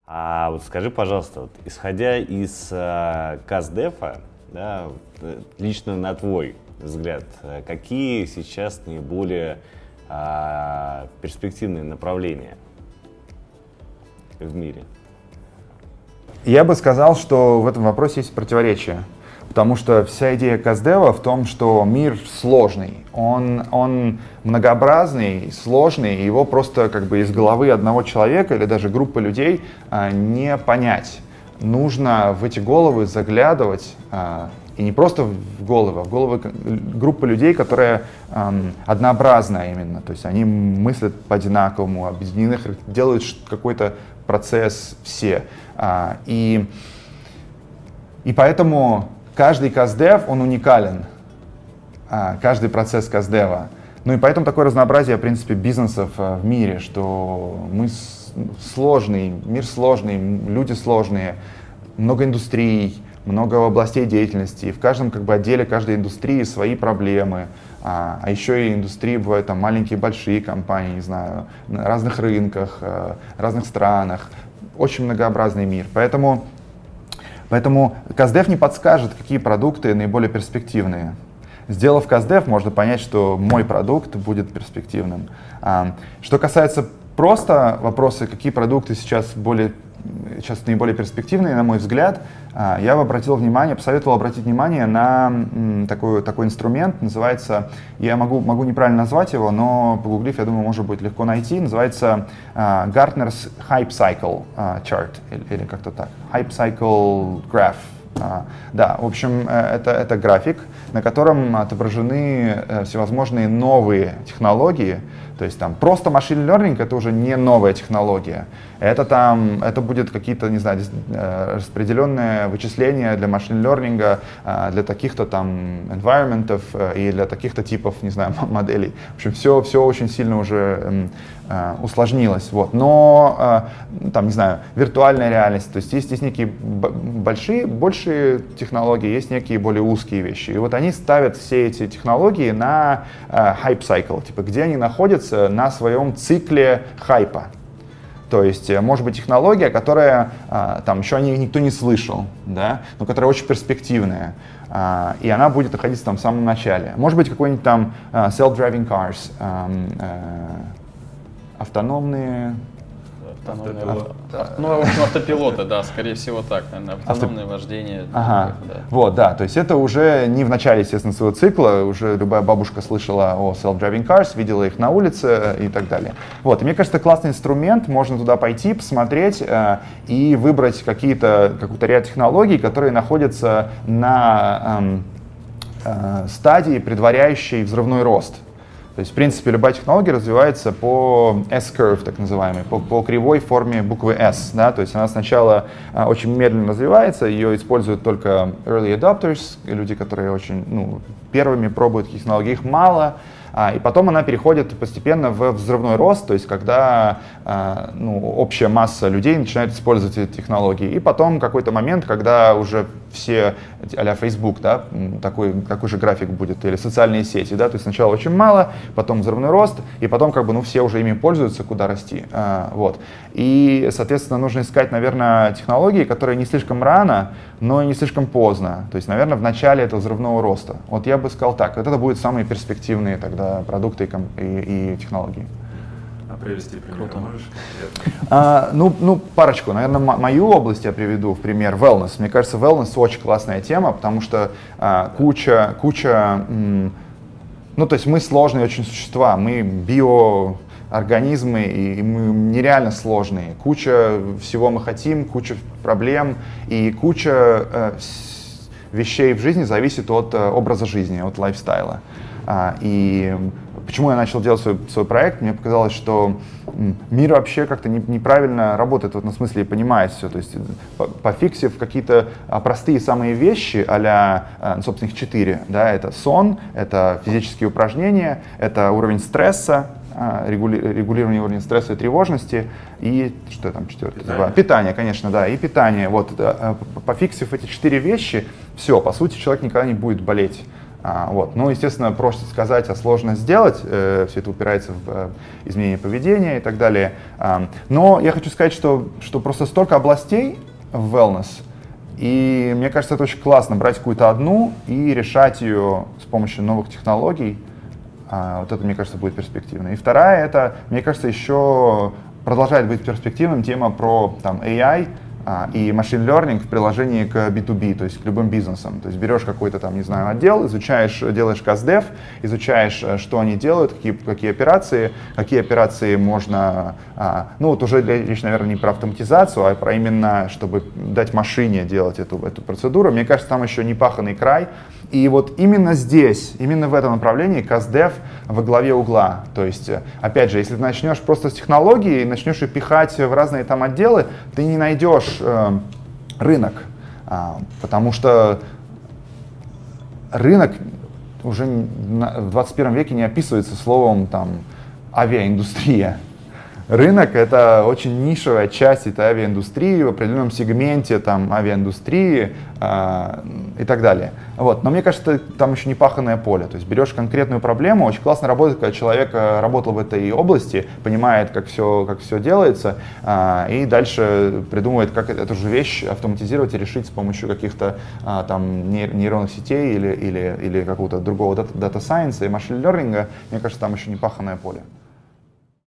А вот скажи, пожалуйста, вот, исходя из КазДефа, да, лично на твой взгляд, какие сейчас наиболее перспективные направления в мире? Я бы сказал, что в этом вопросе есть противоречие. Потому что вся идея КазДева в том, что мир сложный, он многообразный, сложный, и его просто как бы из головы одного человека или даже группы людей не понять. Нужно в эти головы заглядывать, и не просто в головы, а в головы группы людей, которые однообразная именно. То есть они мыслят по-одинаковому, объединенных, делают какой-то процесс все. И поэтому каждый КазДев, он уникален, каждый процесс КазДева. Ну и поэтому такое разнообразие, в принципе, бизнесов в мире, что мы сложный, мир сложный, люди сложные, много индустрий, много областей деятельности. И в каждом как бы отделе каждой индустрии свои проблемы. А еще и индустрии бывают там маленькие, большие компании, не знаю, на разных рынках, разных странах. Очень многообразный мир. Поэтому КазДев не подскажет, какие продукты наиболее перспективные. Сделав КазДев, можно понять, что мой продукт будет перспективным. Что касается просто вопроса, какие продукты сейчас наиболее перспективные, на мой взгляд, я бы посоветовал обратить внимание на такой инструмент, называется, я могу неправильно назвать его, но погуглив, я думаю, можно будет легко найти, называется Gartner's Hype Cycle Chart, или как-то так, Hype Cycle Graph. Да, в общем, это график, на котором отображены всевозможные новые технологии. То есть там просто machine learning — это уже не новая технология. Это будет какие-то, не знаю, распределенные вычисления для machine learning, для таких-то там environment'ов и для таких-то типов, не знаю, моделей. В общем, все очень сильно уже усложнилось. Вот. Но там, не знаю, виртуальная реальность, то есть есть некие большие технологии, есть некие более узкие вещи. И вот они ставят все эти технологии на hype cycle, типа где они находятся на своем цикле хайпа. То есть, может быть, технология, которая там еще о ней никто не слышал, да, но которая очень перспективная, и она будет находиться там в самом начале. Может быть, какой-нибудь там self-driving cars, автономные... Ну, в общем, автопилоты, да, скорее всего так, наверное, автономное вождение. Ага. Да. Вот, да, то есть это уже не в начале, естественно, своего цикла, уже любая бабушка слышала о self-driving cars, видела их на улице и так далее. Вот, и мне кажется, классный инструмент, можно туда пойти, посмотреть и выбрать какой-то ряд технологий, которые находятся на стадии, предваряющей взрывной рост. То есть, в принципе, любая технология развивается по S-curve, так называемой, по кривой форме буквы S. Да? То есть она сначала очень медленно развивается, ее используют только early adopters, люди, которые очень первыми пробуют технологии, их мало. И потом она переходит постепенно в взрывной рост, то есть когда общая масса людей начинает использовать эти технологии. И потом какой-то момент, когда уже все а-ля Facebook, да, такой же график будет, или социальные сети, да, то есть сначала очень мало, потом взрывной рост, и потом все уже ими пользуются, куда расти. Вот. И, соответственно, нужно искать, наверное, технологии, которые не слишком рано, но и не слишком поздно. То есть, наверное, в начале этого взрывного роста. Вот я бы сказал так, вот это будут самые перспективные тогда продукты и технологии. Привести пример можешь? Парочку. Наверное, мою область я приведу в пример wellness. Мне кажется, wellness очень классная тема, потому что куча, то есть мы сложные очень существа, мы биоорганизмы, и мы нереально сложные. Куча всего мы хотим, куча проблем, и куча вещей в жизни зависит от образа жизни, от лайфстайла. И почему я начал делать свой проект? Мне показалось, что мир вообще как-то неправильно работает в этом смысле и понимает все. То есть пофиксив какие-то простые самые вещи, а-ля, собственно, их 4. Да, это сон, это физические упражнения, это уровень стресса, регулирование уровня стресса и тревожности, и что там четвертое? Питание, конечно, да, и питание. Вот, пофиксив эти 4 вещи, все, по сути, человек никогда не будет болеть. Вот. Ну, естественно, просто сказать, а сложно сделать. Все это упирается в изменение поведения и так далее. Но я хочу сказать, что просто столько областей в wellness, и мне кажется, это очень классно брать какую-то одну и решать ее с помощью новых технологий. Вот это, мне кажется, будет перспективно. И вторая, это, мне кажется, еще продолжает быть перспективным тема про там, AI и machine learning в приложении к B2B, то есть к любым бизнесам. То есть берешь какой-то там, не знаю, отдел, изучаешь, делаешь CastDev, изучаешь, что они делают, какие операции можно, ну вот уже речь, наверное, не про автоматизацию, а про именно, чтобы дать машине делать эту процедуру. Мне кажется, там еще не паханный край. И вот именно здесь, именно в этом направлении CastDev во главе угла. То есть, опять же, если ты начнешь просто с технологии и начнешь ее пихать в разные там отделы, ты не найдешь рынок, потому что рынок уже в 21 веке не описывается словом там авиаиндустрия. Рынок — это очень нишевая часть этой авиаиндустрии, в определенном сегменте там, авиаиндустрии и так далее. Вот. Но мне кажется, там еще не паханное поле. То есть берешь конкретную проблему, очень классно работает, когда человек работал в этой области, понимает, как все делается, и дальше придумывает, как эту же вещь автоматизировать и решить с помощью каких-то там нейронных сетей или какого-то другого дата-сайенса и машин-лернинга. Мне кажется, там еще не паханное поле.